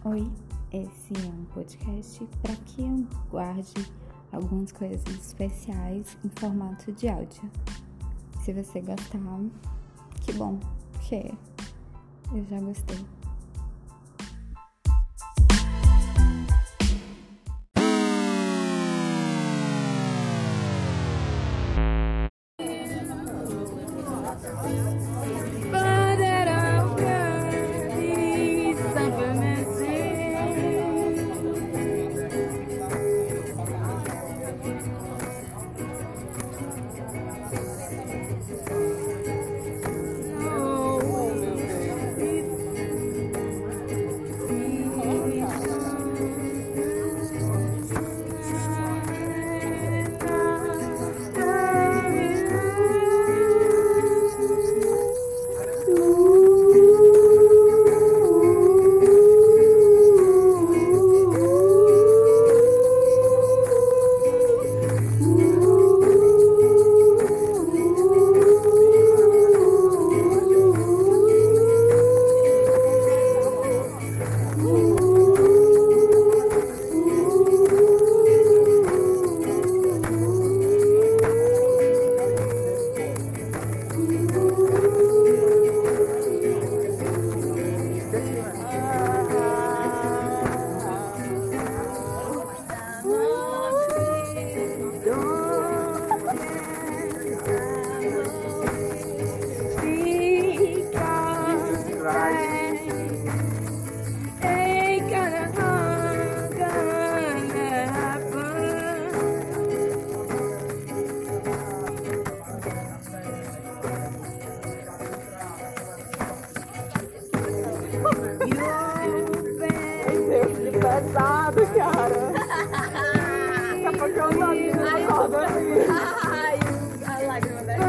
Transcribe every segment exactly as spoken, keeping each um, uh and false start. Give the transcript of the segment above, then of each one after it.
Oi, esse é um podcast para que eu guarde algumas coisas especiais em formato de áudio. Se você gostar, que bom, porque eu já gostei. Pesado, cara. Daqui a pouco eu não acordo assim. Ai, a lágrima da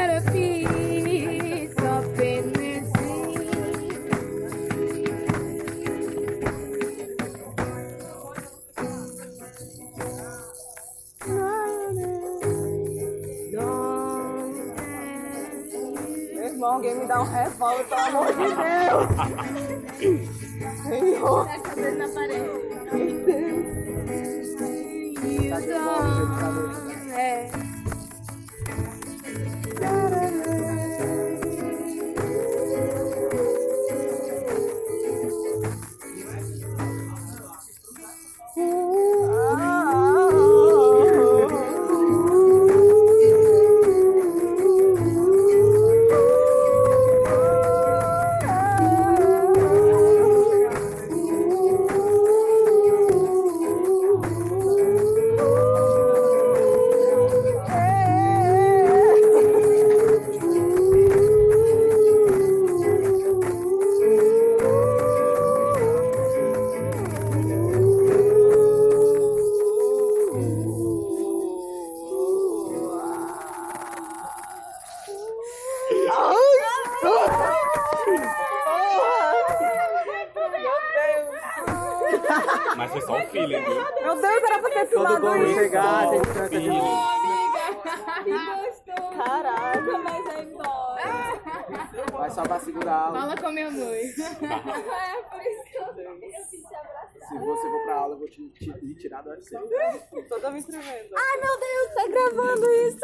Meu irmão, alguém me dá um revólver, pelo amor de Deus. Senhor. a cabeça na parede. Tá de boa, É. Mas foi só o feeling, viu? Meu Deus, era pra ter filmado Todo isso. chegar, Só tem o que trancar de feeling. novo. Que gostoso. Caralho. Nunca mais vai embora. Vai só pra segurar a aula. Fala com meu noivo. É por isso que eu eu quis te abraçar. Se você for pra aula, eu vou te, te, te tirar do U F C. Toda me tremendo. Ai, meu Deus, tá gravando isso.